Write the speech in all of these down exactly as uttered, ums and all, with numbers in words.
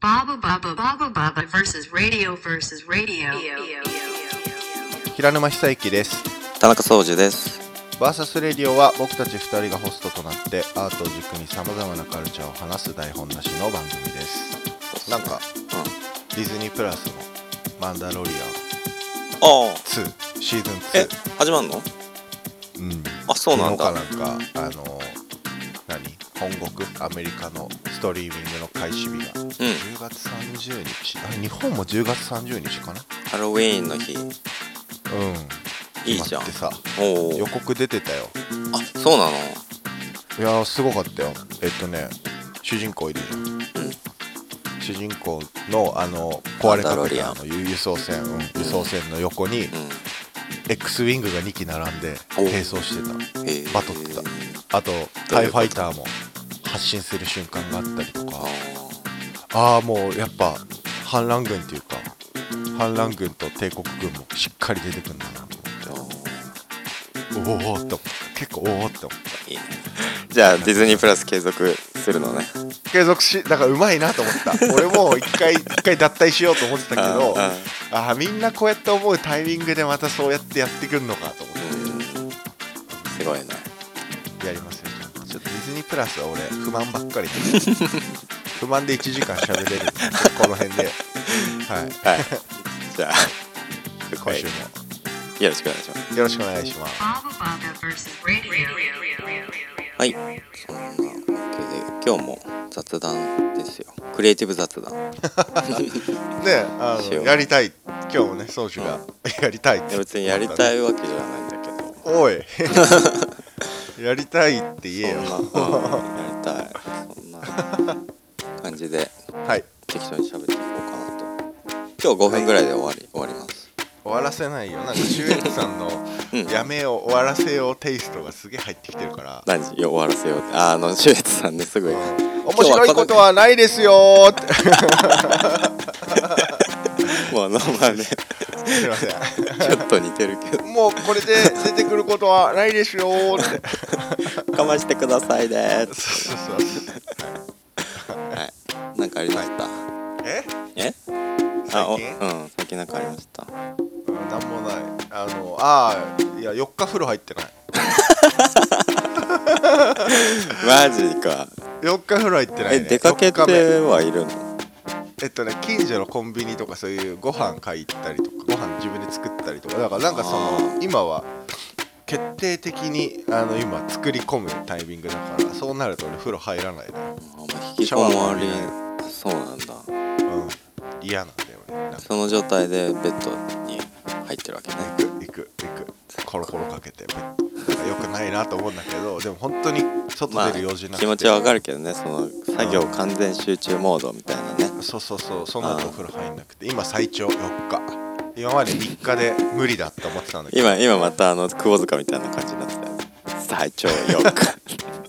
Baba Baba Baba Baba versus Radio versus Radio。 平沼久之です。 田中総司です。 バーサスレディオは僕たちふたりがホストとなってアートを軸に様々なカルチャーを話す台本なしの番組です。なんか、うん、ディズニープラスのマンダロリアンツーシーズンツーえ始まんの？ うん、 あ、そうなんだ。 昨日かなんかあの何本国アメリカのストリーミングの開始日が、うん、じゅうがつさんじゅうにち、あ、日本もじゅうがつさんじゅうにちかな。 ハロウィーンの日。うん、いいじゃん。 ってさ、お予告出てたよ。 あ、そうなの？ いやーすごかったよ。えっとね主人公いるじゃん、うん、主人公のあの壊れかけたあの輸送船、うん、輸送船の横に、うん、X ウィングがにき並んで並走してた、バトってた。あとタイファイターも発進する瞬間があったりとか、ああもうやっぱ反乱軍っていうか反乱軍と帝国軍もしっかり出てくるんだなと思って、おおって結構おおって思った。いいね。 じゃあディズニープラス継続するのね。 継続しだからうまいなと思った。俺も一回一回脱退しようと思ってたけどあああみんなこうやって思うタイミングでまたそうやってやってくるのかと思って、うん、 すごいね。 やりますよ。ちょっとディズニープラスは俺不満ばっかりで不満でいちじかん喋れるこの辺ではい、 はい、じゃあ今週も、 はい、よろしくお願いします。 よろしくお願いします。 はい、そんなわけで今日も雑談ですよ。クリエイティブ雑談ねあのやりたい。今日もね宗司が、うん、やりたいって、ね、 別にやりたいわけじゃないんだけどおいやりたいって言えよ。 そんな、うん、やりたいそんな感じで、はい、適当に喋っていこうかなと。今日ごふんぐらいで終わり、はい、終わります。 終わらせないよ。なんかシュエッツさんのやめよう、終わらせようテイストがすげえ入ってきてるから。 何終わらせようって。あのシュエッツさんねすごい、うん、 面白いことはないですよってもうのまあねすいませんちょっと似てるけどもうこれで出てくることはないですよってかましてくださいねそうそうそうはい、なんかありました？ ええ最近？ あ、うん、最近なんかありました？ うん、なんもない。あの、ああ、いやよっか風呂入ってないマジか。 よっか風呂入ってないね。 え、出かけてはいるの？ えっとね、近所のコンビニとかそういうご飯買い行ったりとかご飯自分で作ったりとか、だからなんかその今は決定的にあの今作り込むタイミングだから、そうなると俺風呂入らないね。 引きこもり。そうなんだ。 うん、嫌なんだよね。 その状態でベッドに入ってるわけね。 行く行く行くコロコロかけてベッドよくないなと思うんだけど、でも本当に外出る用事なくて、 まあ、気持ちはわかるけどね、その作業完全集中モードみたいなね、 うん、そうそうそう、そんなとお風呂入んなくて、今最長よっか、今までみっかで無理だって思ってたんだけど今今またあの窪塚みたいな感じになってたよね。最長よっかか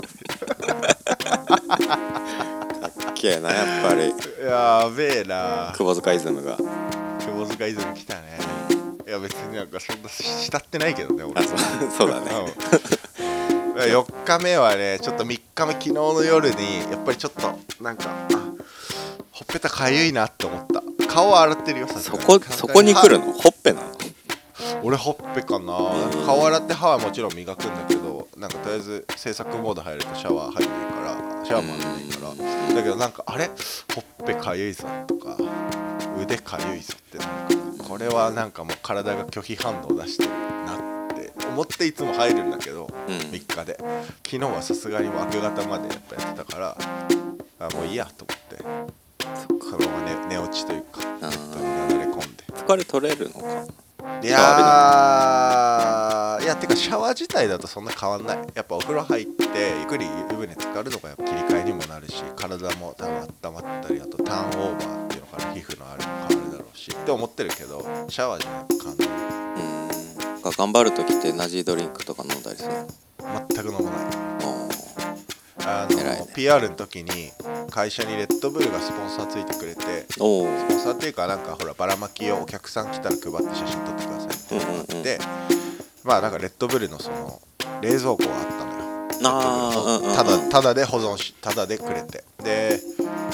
っけえなやっぱり。 やべえな、 窪塚イズムが窪塚イズム来たね。いや別になんかそんな慕ってないけどね俺。 あ、そう、そうだねよっかめはねちょっとみっかめ昨日の夜にやっぱりちょっとなんかほっぺたかゆいなって思った。顔は洗ってるよ。 そこそこに来るの？ほっぺなの？ 俺ほっぺかな。なんか顔洗って歯はもちろん磨くんだけど、なんかとりあえず制作モード入るとシャワー入んないからシャワーも入んないからだけどなんかあれほっぺかゆいぞとか腕かゆいぞってなんかこれはなんかもう体が拒否反応出してるなって思っていつも入るんだけど、うん、みっかで昨日はさすがにもう明け方までやっぱやってたからあもういいやと思ってそのまま、ね、寝落ちというかベッドになだれ込んで。 疲れ取れるのか？ いやーいやてかシャワー自体だとそんな変わんない。やっぱお風呂入ってゆっくり湯船浸かるのがやっぱ切り替えにもなるし、体も多分温まったり、あとターンオーバーっていうのかな、皮膚のあれも変わるだろうしって思ってるけど、シャワーじゃないと感じる。 うーん、頑張るときってエナジードリンクとか飲んだりするの？ 全く飲まない。あの、ね、ピーアール の時に会社にレッドブルがスポンサーついてくれて、スポンサーっていうかなんかほらばらまきをお客さん来たら配って写真撮ってくださいってなって、うんうんうん、まあなんかレッドブルのその冷蔵庫があったのよ。 あただただで保存し、ただでくれて、で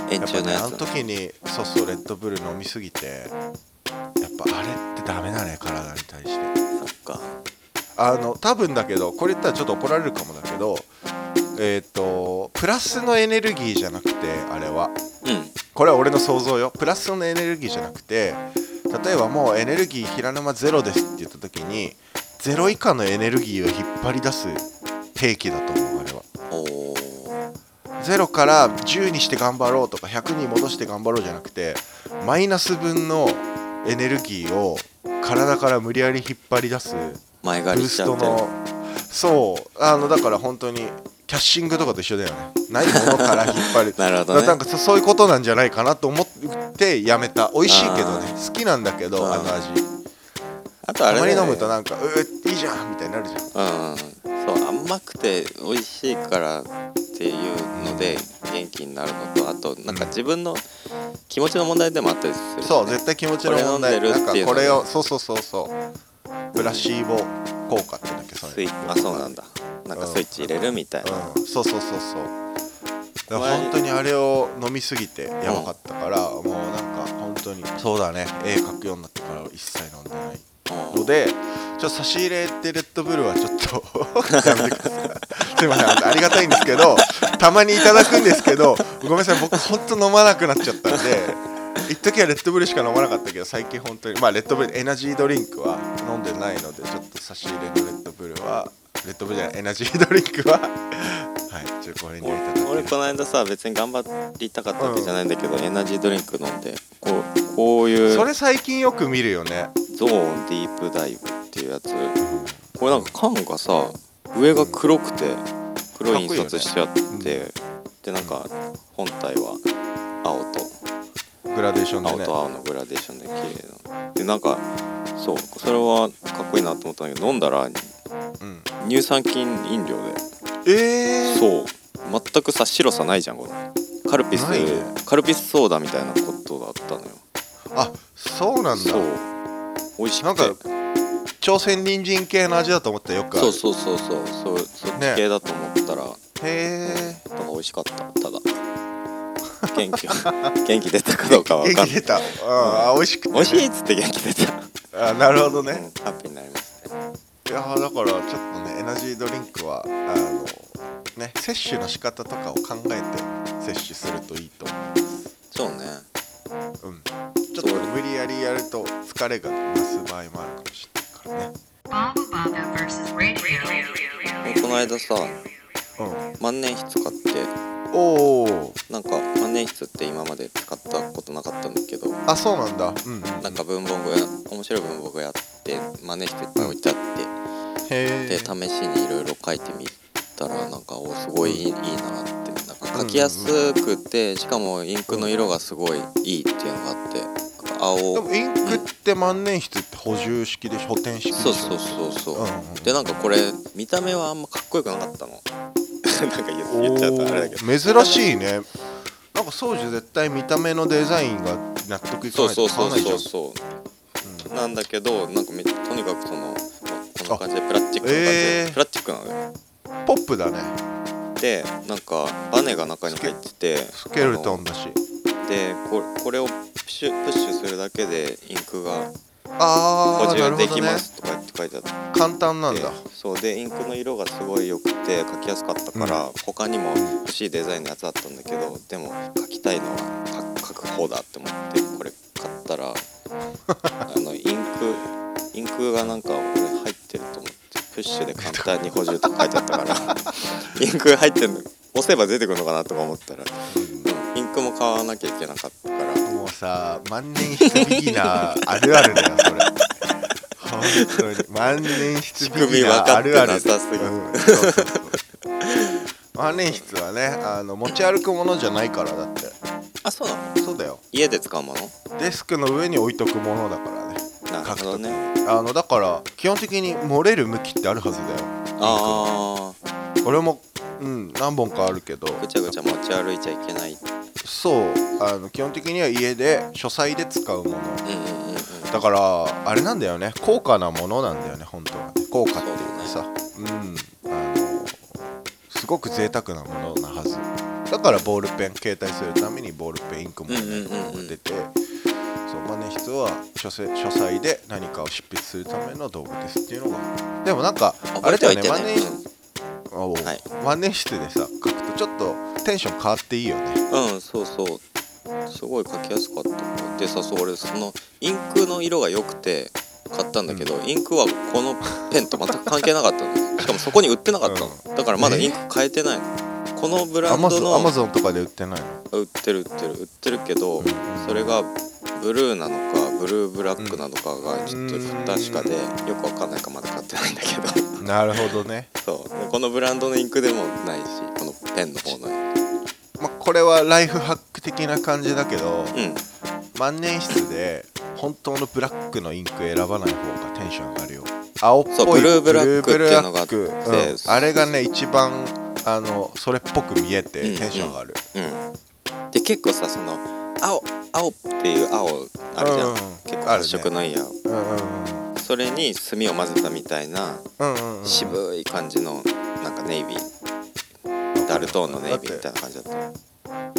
円柱のやつ、 やっぱね、あの時にそうそうレッドブル飲みすぎて、やっぱあれってダメだね、体に対して。 そっか。 あの多分だけど、これ言ったらちょっと怒られるかもだけど、えっ、ー、とプラスのエネルギーじゃなくて、あれは、 うん、 これは俺の想像よ。プラスのエネルギーじゃなくて、例えばもうエネルギー平沼ゼロですって言った時に、ゼロ以下のエネルギーを引っ張り出す兵器だと思う、あれは。 おゼロからじゅうにして頑張ろうとかひゃくに戻して頑張ろうじゃなくて、マイナス分のエネルギーを体から無理やり引っ張り出す前ブー借りしちゃってる。 ストの、そうあのだから本当にキャッシングとかと一緒だよね。ないものから引っ張るなるほどね。 なんかそそういうことなんじゃないかなと思ってやめた。美味しいけどね、好きなんだけど、 あーあの味。 あとあれたまにだよね、 飲むとなんかうーいいじゃんみたいになるじゃん。 うん、そう甘くて美味しいからっていうので元気になるのと、あとなんか自分の気持ちの問題でもあったりするしね、 そう絶対気持ちの問題。 これ飲んでるなんっていうのでかこれをそうそうそうそうプラシーボ効果って言うんだっけ、それ。 スイッチ、あ、そうなんだ、なんかスイッチ入れるみたいな、 うん、そうそうそうそう。だから本当にあれを飲みすぎてやばかったから、もうなんか本当にそうだね、絵描くようになってから一切飲んでないので、ちょっと差し入れてレッドブルはちょっとやめてください。すいません、ありがたいんですけど、たまにいただくんですけど、ごめんなさい、僕本当飲まなくなっちゃったんで、一時はレッドブルしか飲まなかったけど、最近本当にまあレッドブルエナジードリンクは飲んでないので、ちょっと差し入れのレッドブルはレッドブルじゃないエナジードリンクははいちょっとこれに入れただけで。 俺この間さ、別に頑張りたかったわけじゃないんだけど、うん、エナジードリンク飲んでこう、こういうそれ最近よく見るよね、 ゾーンディープダイブっていうやつ。これなんか缶がさ、上が黒くて黒い印刷しちゃって、ね、でなんか本体は青とグラデーションでね、 青と青のグラデーションで綺麗なで、なんかそうそれはかっこいいなと思ったんだけど、飲んだら、うん、乳酸菌飲料で、 えー、 そう全くさ白さないじゃん、このカルピス、ね、カルピスソーダみたいなことだったのよ。 あ、そうなんだ。 そう美味しくて、 なんか朝鮮人参系の味だと思ったよくある。 そうそうそうそう、そ, そっち系だと思ったら、ね、 へえ、 なんか美味しかった。ただ元気元気出たかどうかは分かんない。 元気出た、うん、美味しくて、ね、 美味しいっつって元気出た。 あ、なるほどね、 うん、ハッピーになりましたね。 いやだからちょっとね、エナジードリンクはあのね、摂取の仕方とかを考えて摂取するといいと思います。 そうね、 うん、ちょっと無理やりやると疲れが増す場合もあるかもしれないからね。 この間さ、 うん、 万年筆買って、 おお、 なんか万年筆って今まで使ったことなかったんだけど、 あ、そうなんだ、うんうん、 なんか文房具や面白い文房具やって万年筆いっぱい置いてあって、へで試しにいろいろ書いてみたら、なんかおすごいいい、うん、いいなって、なんか書きやすくて、しかもインクの色がすごいいいっていうのがあって、青。 でもインクって万年筆って補充式でしょ、補填式でしょ。 そうそうそうそう、 うんうん、 でなんかこれ見た目はあんまかっこよくなかったの。なんか言っちゃうとあれだけど、 珍しいね。なんか宗樹絶対見た目のデザインが納得いかないと買わないじゃん。 そうそうそうそう、うん、なんだけど、なんかめとにかくそのこんな感じでプラスチックの感じで、えー、プラスチックなのよ。 ポップだね。 でなんかバネが中に入ってて、 スケルトンだし、 で こ, これをプッシュプッシュするだけでインクが補充できますとかって書いてあって、ね、 簡単なんだ。 そうでインクの色がすごい良くて書きやすかったから、うん、他にも欲しいデザインのやつあったんだけど、でも書きたいのは書く方だって思ってこれ買ったらあのインクインクがなんかこれ入ってると思ってプッシュで簡単に補充とか書いてあったからインク入ってるの押せば出てくるのかなとか思ったら、うん、インクも買わなきゃいけなかったから、 もうさ万年筆ビギナーあるあるだよそれ。本当に万年筆ビギナーあるある。 仕組み分かってなさすぎる、 うん、そうそうそう万年筆はね、あの持ち歩くものじゃないからだって。 あ、そうなの？ そうだよ。 家で使うもの？ デスクの上に置いとくものだからね。 なるほどね。 あのだから基本的に漏れる向きってあるはずだよ。 ああ。 俺もうん何本かあるけど。 ぐちゃぐちゃ持ち歩いちゃいけない。 そうあの基本的には家で書斎で使うもの。うんうんうんうん、だからあれなんだよね。高価なものなんだよね本当はね。高価っていうかさ、う、ね、うんあのすごく贅沢なものなはず。 だからボールペン携帯するためにボールペンインクもうんうんうんうんが出て、そう万年筆は書せ書斎で何かを執筆するための道具ですっていうのが、でもなんかあれだよね、万年おうはい万年筆でさ書くとちょっとテンション変わっていいよね。 うんうんそうそうすごい書きやすかったでさ、そう俺そのインクの色が良くて買ったんだけど、うん、インクはこのペンと全く関係なかったのしかもそこに売ってなかったの、うん、だからまだインク変えてないの。このブランドのアマゾンとかで売ってないの？ 売ってる売ってる売ってるけど、うん、それがブルーなのかブルーブラックなのかがちょっと不確かで、よくわかんないかまだ買ってないんだけどなるほどね。 そうこのブランドのインクでもないし、このペンの方の、 まあ、これはライフハック的な感じだけど、 うん、 万年筆で本当のブラックのインク選ばない方がテンション上がるよ。青っぽいそうブルーブラックっていうのがあって、 うん、あれがね一番あのそれっぽく見えてテンション上がる、 うんうんうん、で結構さその青青っていう青あるじゃん、うん、結構発色のいい青、うんうんうん、それに墨を混ぜたみたいな、うんうんうん、渋い感じのなんかネイビーダルトーンのネイビーみたいな感じだった。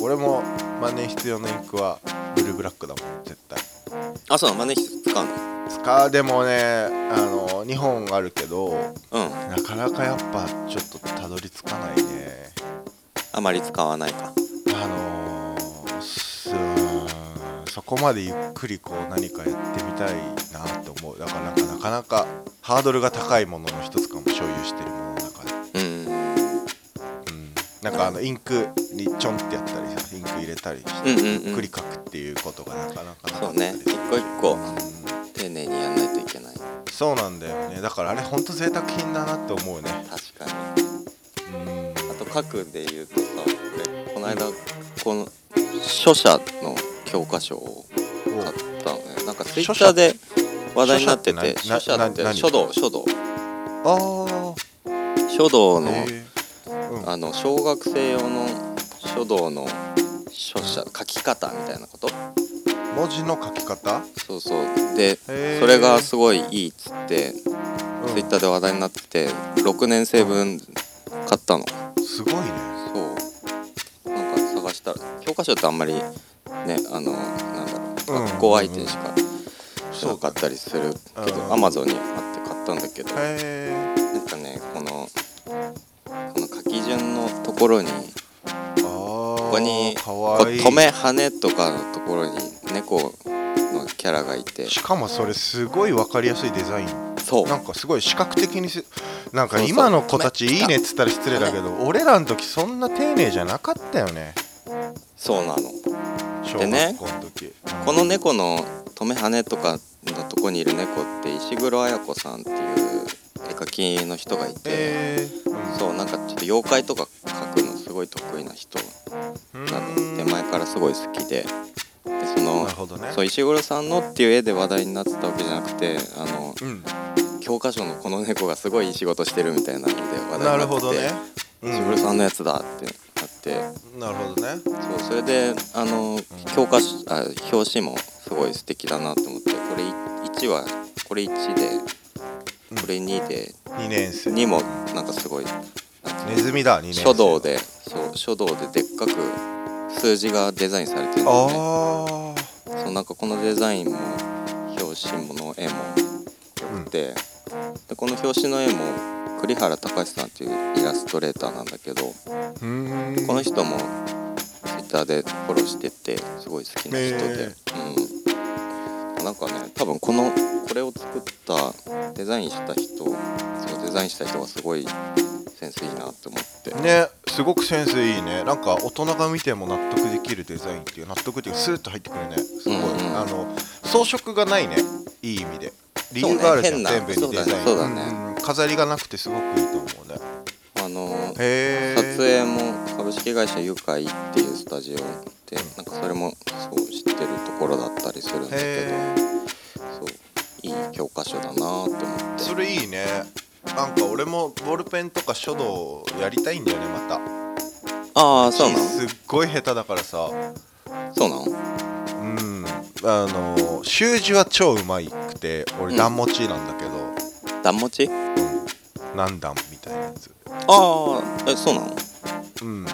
俺も万年筆用のインクはブルーブラックだもん絶対。 あ、そうなの？万年筆使うの？ 使う。でもねあのにほんあるけど、うん、なかなかやっぱちょっとたどり着かないね。 あまり使わないか。 あのー、すそこまでゆっくりこう何かやってみたいなと思う。だからなんかなかなかハードルが高いものの一つかも、所有してるものの中で。うん、うん、なんかあのインクにちょんってやったりさ、インク入れたりして、うんうんうん、ゆっくり書くっていうことがなかなかなかそうね、一個一個、うん、丁寧にやんないといけない。 そうなんだよね。だからあれほんと贅沢品だなって思うね。 確かに。うん、あと書くで言うとさ、俺この間この書写の教科書を買ったのね。なんかツイッターで話題になってて、書写って書道書道あ書道の、うん、あの小学生用の書道の書写、書き方みたいなこと、 文字の書き方、 そうそうでそれがすごいいいっつって、うん、ツイッターで話題になっててろくねん生分買ったの。 すごいね。 そうなんか探したら教科書ってあんまりね、あのなんだろう、学校相手にしかなかったりするけど、アマゾンにあって買ったんだけど、なんかねこのこの書き順のところに、ここに止め羽とかのところに猫のキャラがいて、 しかもそれすごい分かりやすいデザイン。 そうなんかすごい視覚的にすなんか今の子たちいいねっつったら失礼だけど、俺らの時そんな丁寧じゃなかったよね。 そうなの。でね、うん、この猫の止め羽とかのとこにいる猫って石黒彩子さんっていう絵描きの人がいて、えーうん、そうなんかちょっと妖怪とか描くのすごい得意な人なので、前からすごい好きで、でその、ね、そう石黒さんのっていう絵で話題になってたわけじゃなくて、あの、うん、教科書のこの猫がすごいいい仕事してるみたいなので話題になってて、なるほどね、うん、石黒さんのやつだってなって、 なるほどね。 そうそれであの、うん、教科書あ表紙もすごい素敵だなと思って、これいちはこれいちでこれにで、 うん、にねん生にもなんかすごいネズミだにねん生書道で、そう書道ででっかく数字がデザインされてるんだよね。あそうなんかこのデザインも表紙もの絵も良くて、うん、でこの表紙の絵も栗原隆さんっていうイラストレーターなんだけど、うーんこの人もツイッターでフォローしててすごい好きな人で、うん、なんかね多分このこれを作ったデザインした人、そうデザインした人がすごいセンスいいなって思ってね。すごくセンスいいね。なんか大人が見ても納得できるデザインっていう、納得っていうかスーッと入ってくるね。すごい、うんうん、あの装飾がないね、いい意味で理由があるじゃん、ね、全部にデザイン、 そうだね、 うん、飾りがなくてすごくいいと思うね。 あの撮影も株式会社ゆかいっていうスタジオで、なんかそれもそう知ってるところだったりするんだけど、そういい教科書だなって思って。 それいいね。なんか俺もボールペンとか書道やりたいんだよねまた。 ああそうなの。 すっごい下手だからさ。 そうなの。 うんあの習字は超うまいくて、俺段持ちなんだけど、 うん、段持ち、 うん、何段みたいなやつ。 ああえそうなの。 うん俺だ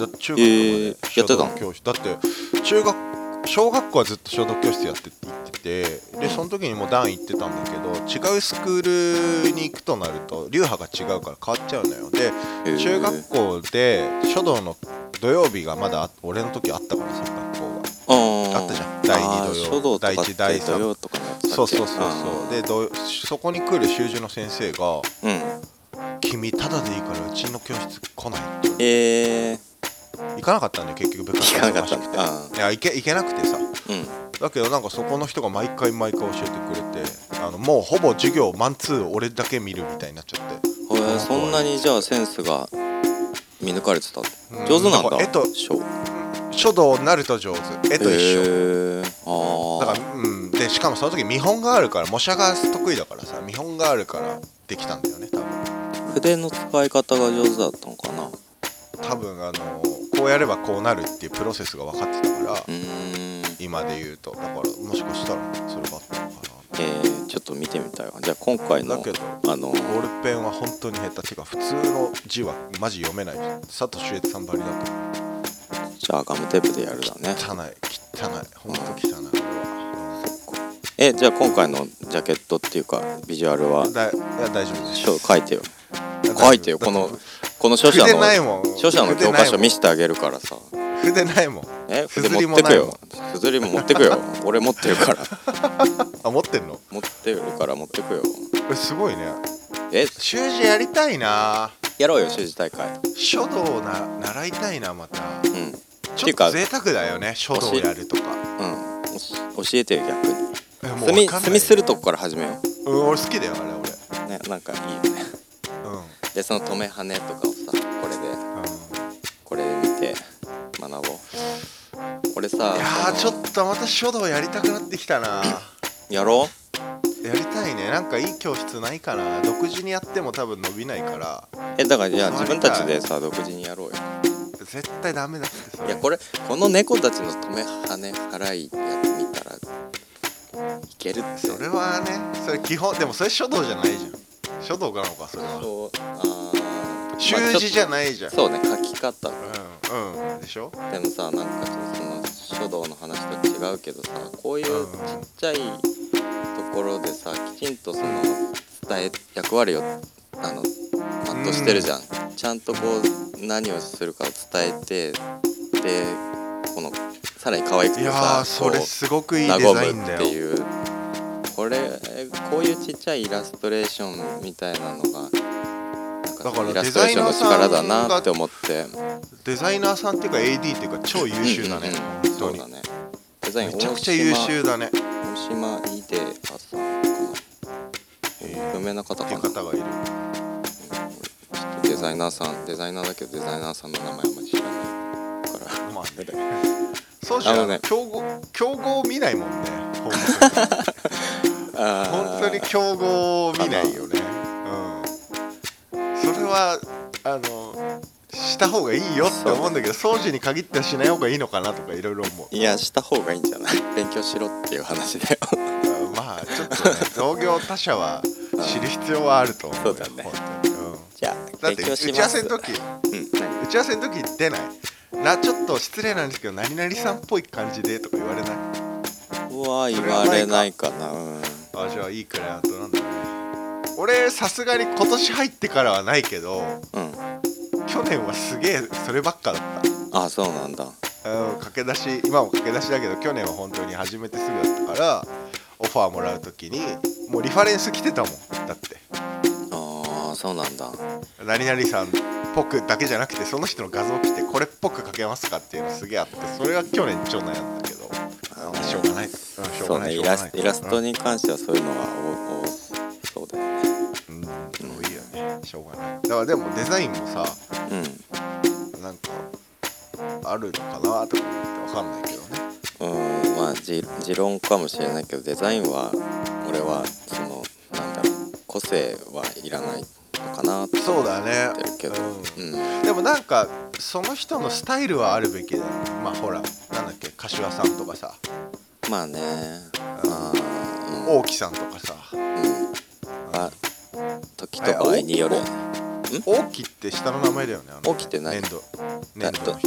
だって中学までえー書やってたの道教室だって中学小学校はずっと書道教室やって行っててでその時にもう段行ってたんだけど違うスクールに行くとなると流派が違うから変わっちゃうのよでへー中学校で書道の土曜日がまだあ俺の時あったからさ学校がああったじゃんだいに土曜書道とかだいいちだいさん土曜とかのやつだっけそうそうそうそうでどそこに来る習字の先生がうん 「君ただでいいからうちの教室来ない」ってえー行かなかったんで結局部活行かなかった忙しくてあいや行け行けなくてさうんだけどなんかそこの人が毎回毎回教えてくれてあのもうほぼ授業マンツー俺だけ見るみたいになっちゃってへーそんなにじゃあセンスが見抜かれてたうん上手なんだなんか絵と書書道なると上手絵と一緒、 へーあだからうんでしかもその時見本があるから模写が得意だからさ見本があるからできたんだよね多分あ筆の使い方が上手だったのかなう多分あのこうやればこうなるっていうプロセスが分かってたからーん今で言うとだからもしかしたらそれがあったのかえー、ちょっと見てみたいわじゃあ今回のなだけどあのボールペンは本当に下手っていうか普通の字はマジ読めない佐藤秀一さんばりだとじゃあガムテープでやるだね汚い汚い本当汚い俺はえじゃあ今回のジャケットっていうかビジュアルはだいや大丈夫ですちょっと書いてよ大丈夫書いてよこのこの書者筆のないもん書者の教科書見せてあげるからさ筆ないもんえ筆硯持ってくよもないもん硯も持ってくよ俺持ってるからあ持ってんの持ってるから持ってくよこれすごいねえ習字やりたいなやろうよ習字大会書道をな習いたいなまたうんちょっと贅沢だよね書道やるとかうん教えてよ逆にえもう墨わかんない墨するとこから始めようん俺好きだよあれうねなんかいいよね俺うんでその止め跳ねとかをさこれでこれで見て学ぼう俺さいやーちそのょっとまた書道やりたくなってきたなやろやりたいねなんかいい教室ないかな独自にやっても多分伸びないからうえだからじゃあ自触りたい分たちでさ独自にやろうよ絶対ダメだってそれいやこれこの猫たちの止め跳ね払いやつ見たらいけるってそれはねそれ基本でもそれ書道じゃないじゃん書道なのかそれはそうあー習字じゃないじゃん、 そうね書き方うんうんでしょでもさなんかちょっとその書道の話と違うけどさこういうちっちゃいところでさきちんとその伝え役割をあの全うしてるじゃん、ちゃんとこう何をするかを伝えてでこのさらに可愛くいやてさーそれこすごくいいデう和むザインだよっていうこれこういうちっちゃいイラストレーションみたいなのがなんだからイラストレーションの力だなって思ってデザイナーさんっていうか エーディー っていうか超優秀だね、 うんうんうん本当にそうだねデザインめちゃくちゃ優秀だね大島イデアさんかな有名な方っていうかな方がいるちょっとデザイナーさんデザイナーだけどデザイナーさんの名前あんまり知らないからまあねそうじゃん、 あのね競合競合見ないもんね本あ当に本当に競合見ないよねうんそれはあのした方がいいよって思うんだけど掃除に限ってはしない方がいいのかなとかいろいろ思ういやした方がいいんじゃない勉強しろっていう話だよまあちょっとね同業他社は知る必要はあると思うよそうだね本当にうんじゃあだって勉強し打ち合わますせの時うん何打ち合わせの時出ないなちょっと失礼なんですけど何々さんっぽい感じでとか言われないうわ言われないかなうんあじゃあいいくらいあとなんだろうね俺さすがに今年入ってからはないけどうん去年はすげえそればっかだったあそうなんだうん駆け出し今も駆け出しだけど去年は本当に始めてすぐだったからオファーもらう時にもうリファレンス来てたもんだってああそうなんだ何々さんっぽくだけじゃなくてその人の画像来てこれっぽく描けますかっていうのすげえあってそれは去年超悩んだけどあしょうがない、うん、しょうそうがないねイラスイラストにに関してはそういうのが多多そうだよねうんもういいよねしょうがないだからでもデザインもさうんなんかあるのかなとか思って分かんないけどねうんまあじ持論かもしれないけどデザインは俺はそのなんだろう個性はいらないのかなってそうだね思ってるけどうんうんでもなんかその人のスタイルはあるべきだよねまあほらなんだっけ柏さんとかさまあねうんあーうん大木さんとかさうんあ時と場合によるよね大木って下の名前だよねあの大木って何粘土粘土の人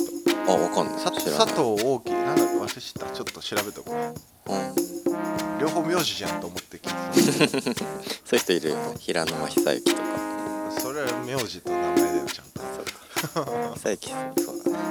あ、わかんない。 さ知らない。 佐藤大樹なんだっけ忘れしたちょっと調べとこううん、 両方名字じゃんと思って聞いてそういう人いるよね。平沼久之とか。 たそれは名字と名前だよちゃんとそうか。久之そうだね。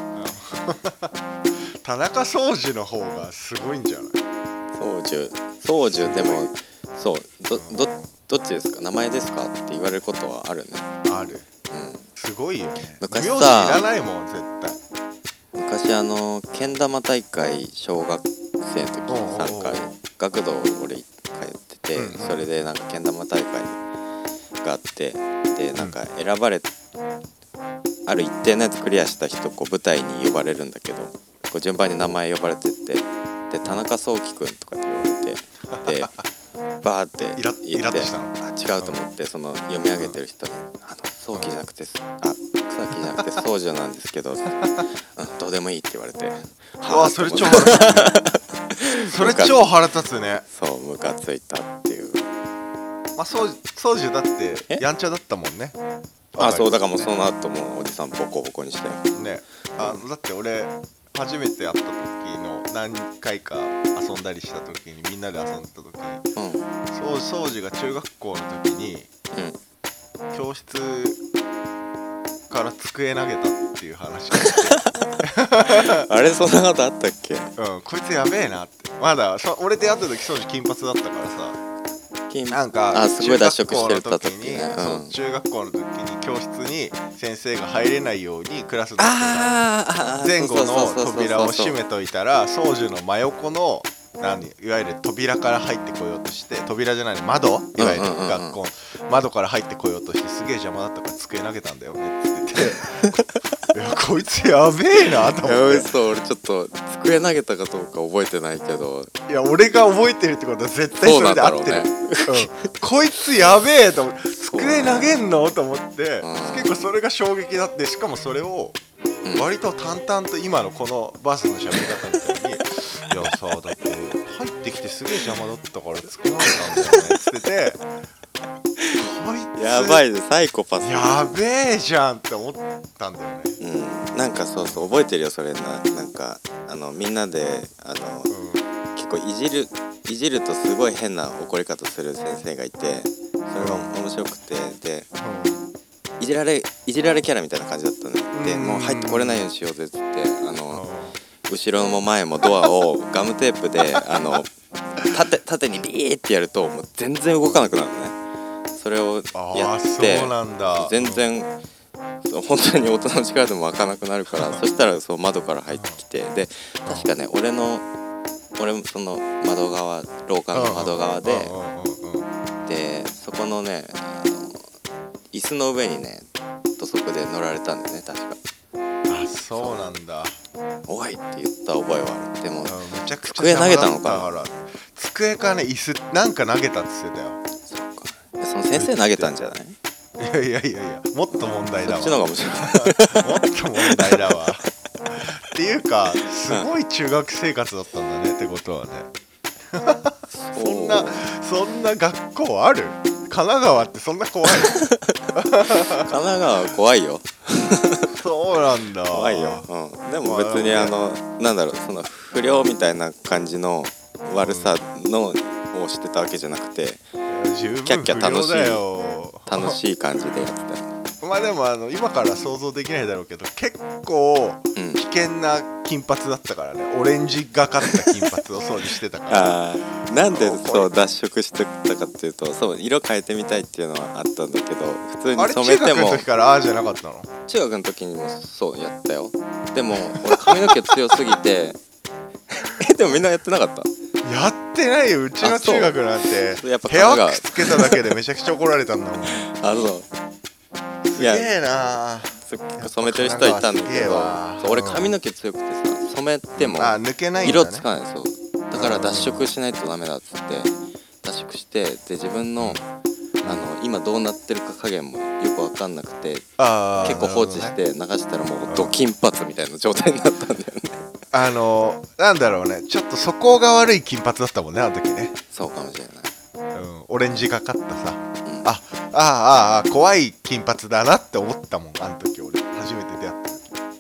田中宗樹の方がすごいんじゃない宗樹宗樹でもそうどどどっちですか名前ですかって言われることはあるね。 あるうん。 すごいよね昔名字いさらないもん絶対昔あのけん玉大会小学生の時おうおうおうさんかい学童俺通ってて、 うんうんそれでなんかけん玉大会があってでなんか選ばれある一定のやつクリアした人こう舞台に呼ばれるんだけどこう順番に名前呼ばれてってで田中壮樹くんとかって言われてでバーってイライ言ってラッとしたのあ違うと思ってその読み上げてる人に「あの早期じゃなくてあ草木じゃなくて宗樹なんですけど、うん、どうでもいい」って言われてうわそれ超腹立つねそれ超腹立つねそうムカついたっていうまあ宗宗樹だってえやんちゃだったもんねあそうだからもうその後もうおじさんボコボコにしてねあだって俺初めて会った時の何回か遊んだりした時にみんなで遊んでた時にうんうん宗樹が中学校の時に教室から机投げたっていう話があってあれそんなことあったっけうん、こいつやべえなってまだそ俺出会った時宗樹金髪だったからさ金なんかあすごい脱色してるった時に、 ね、うん、 そう中学校の時に教室に先生が入れないようにクラスのあー前後の扉を閉めめといたら宗樹の真横の何いわゆる扉から入ってこようとして扉じゃないの窓いわゆるうんうんうんうん学校窓から入ってこようとしてすげえ邪魔だったから机投げたんだよねって言ってていやこいつやべえなといや思って嘘俺ちょっと机投げたかどうか覚えてないけどいや俺が覚えてるってことは絶対それで合ってる、 そううん、こいつやべえと思って机投げんのと思ってうん結構それが衝撃だってしかもそれをうん割と淡々と今のこのバスの喋り方みたいに「いやさだって入ってきてすげえ邪魔だったから机投げたんだよね」っつっててこいつやばいねサイコパスやべえじゃんって思ったんだよねうんなんかそうそう覚えてるよそれななんかあのみんなであのう結構いじるいじるとすごい変な怒り方する先生がいてそれが面白くてでいじられいじられキャラみたいな感じだったねでうんもう入ってこれないようにしようぜっつってあんの後ろも前もドアをガムテープであの縦縦にビーってやるともう全然動かなくなるのねそれをあやあってそうなんだ全然そう本当に大人の力でも開かなくなるからそしたらそう窓から入ってきてで確かね俺の俺もその窓側廊下の窓側でうんうんうんうんでそこのねあの椅子の上にね土足で乗られたんだよね確かあそうなんだ 「おい!」って言った覚えはあるでもうんめちゃくちゃ机投げたのかな邪魔だったから机かね椅子なんか投げたって言ってたよそっかえその先生投げたんじゃないいやいやいやいやもっと問題だわそっちの方が面白いもっと問題だわっていうかすごい中学生活だったんだねってことはねそんなそんな学校ある神奈川ってそんな怖い神奈川は怖いよそうなんだ怖いよ、うん、でも別にあのなんだろうその不良みたいな感じの悪さのをしてたわけじゃなくて十分キャッキャ楽しい不良だよ楽しい感じでやってたよねまあでもあの今から想像できないだろうけど結構うん危険な金髪だったからねオレンジがかった金髪を掃除してたからあーなんでそう脱色してたかっていうとそう色変えてみたいっていうのはあったんだけど普通にあれ染めても中学の時からああじゃなかったの中学の時にもそうやったよでも俺髪の毛強すぎてえでもみんなやってなかったやってないようちの中学なんてそうやっぱヘア髪がワックスつけただけでめちゃくちゃ怒られたんだもんすあそういげやえな染めてる人はいたんだすげえけどわそう俺髪の毛強くてさ染めてもあ抜けないんだね色つかないそうだから脱色しないとダメだっつって脱色してで自分のあの今どうなってるか加減もよく分かんなくてあー結構放置して流したらもうド金髪みたいな状態になったんだよねあのなんだろうねちょっと素行が悪い金髪だったもんねあの時ね、 そうかもしれないうん、オレンジがかったさうんあああああ怖い金髪だなって思ったもんあの時俺初めて出会った時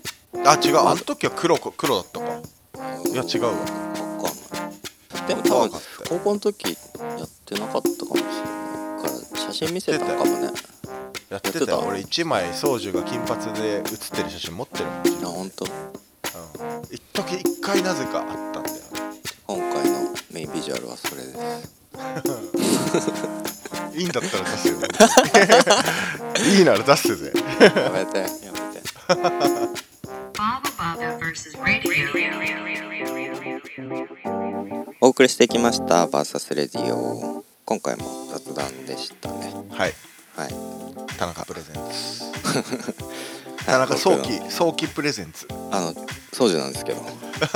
あ違う、あの時は黒か黒だったか。いや違うわ、 分かんない。でも多分怖かったよ。 高校の時やってなかったかもしれないから写真見せたのかもね。 やってたよ。 やってた俺一枚宗樹が金髪で写ってる写真持ってるもん。 いやほんとうん、一時一回なぜかあったんだよね。 今回のメインビジュアルはそれです。 いいんだったら出せよ。いいなら出すぜ。 やめてやめて。 Baba Baba versus Radio. お送りしてきましたバーサスレディオ。今回も雑談でしたね。 はい。 はい。 田中プレゼンツ。田中早期早期プレゼンツ。 あの掃除なんですけど。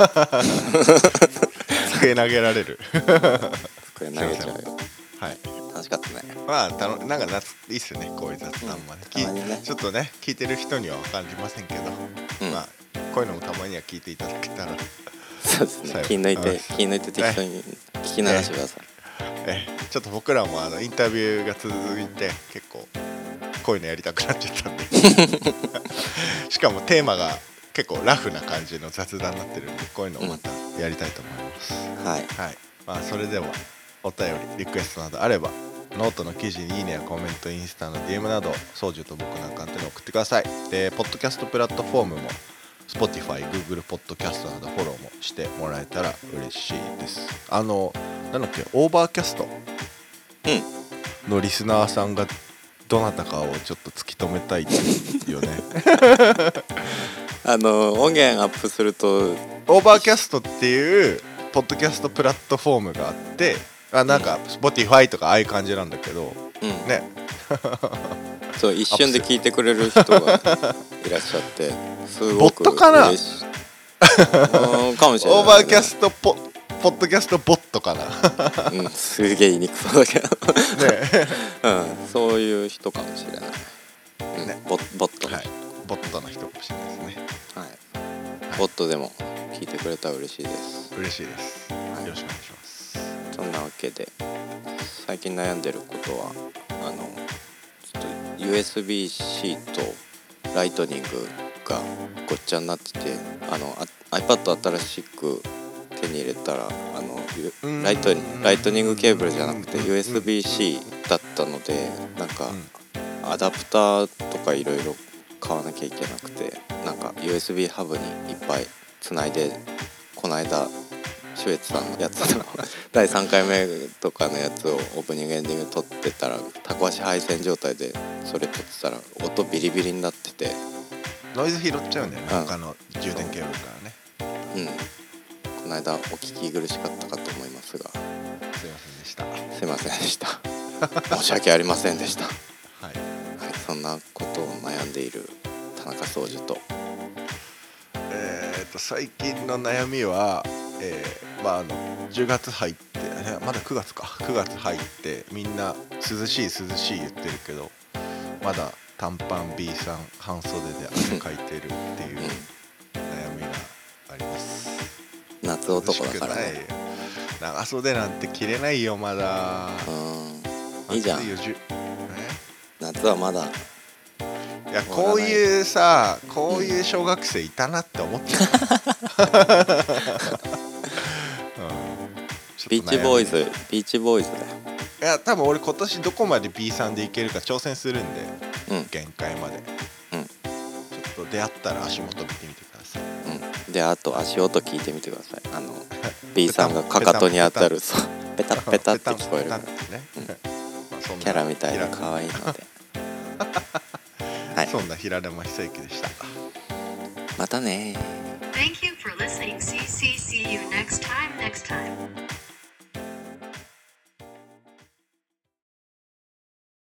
机投げられる。 机投げちゃうよ。 はい。 楽しかったね。 まあたのなんか夏いいっすよね、こういう雑談もね。 うんたまにねきちょっとね聞いてる人には感じませんけど、 うんまあこういうのもたまには聞いていただけたら。 そうですね。 最後気抜いてうん気抜いて適当に聞き流してください。 えちょっと僕らもあのインタビューが続いて結構こういうのやりたくなっちゃったんでしかもテーマが結構ラフな感じの雑談になってるんで、こういうのをまたやりたいと思います、 はい。 はい。まあそれではお便りリクエストなどあればノートの記事にいいねやコメント、インスタの ディーエム など宗樹と僕のアカウントに送ってください。でポッドキャストプラットフォームも Spotify、Google ポッドキャストなどフォローもしてもらえたら嬉しいです。あのなんだっけ、オーバーキャストうん。 のリスナーさんがどなたかをちょっと突き止めたいよね。 あの音源アップするとオーバーキャストっていうポッドキャストプラットフォームがあって、あなんか Spotify とかああいう感じなんだけど、 うんね。 そう一瞬で聞いてくれる人がいらっしゃってすごくボットかな嬉しい。うんかもしれない、ね。 オーバーキャストポポッドキャストボットかな。 うん、すげえ言いにくそうだけど、 ね。 うん、そういう人かもしれない。うん、 ねボボットのはい人、 ボットの人かもしれないですね。 はい、ボットでも聞いてくれたら嬉しいです。 嬉しいです。 はいよろしくお願いします。 そんなわけで最近悩んでることはあのちょっと ユーエスビー-C とライトニングがごっちゃになってて、あのあ iPad 新しく手に入れたらあのうんライトライトニングケーブルじゃなくて ユーエスビー-C だったので、なんかアダプターとかいろいろ買わなきゃいけなくて、なんか ユーエスビー ハブにいっぱいつないで、この間シュエツさんのやつのだいさんかいめとかのやつをオープニングエンディング撮ってたらタコ足配線状態でそれ撮ってたら音ビリビリになってて、 ノイズ拾っちゃうんだよね、 うん他の充電ケーブルからね。 うん、この間お聞き苦しかったかと思いますが、 すいませんでした。 すいませんでした申し訳ありませんでした。はい、 はい。 そんなことを悩んでいる田中宗樹と、 えー、と最近の悩みは、えー、まああのじゅうがつ入ってえまだくがつかくがつ入ってみんな涼しい涼しい言ってるけど、まだ短パン B さん半袖で汗かいてるっていう悩みがあります。 夏男だから涼しくないね。 よ、長袖なんて着れないよまだ。 うん、いいじゃん暑。よじゅ夏はまだいやこういうさこういう小学生いたなって思ってた、うん、 ビーチボーイズビーチボーイズだよ。 いや多分俺今年どこまで B さんでいけるか挑戦するんで、 うん、 限界まで、 うん、 ちょっと出会ったら足元見てみてください。 うん、であと足音聞いてみてください。あの B さんがかかとに当たるそうペタッペタって聞こえるから、 ペタンペタンってね、 うんまあそんなキャラみたいな可愛いのではい、 そんな平沼久之でした。 またね。 Thank you for listening. See, see, see you next time, next time.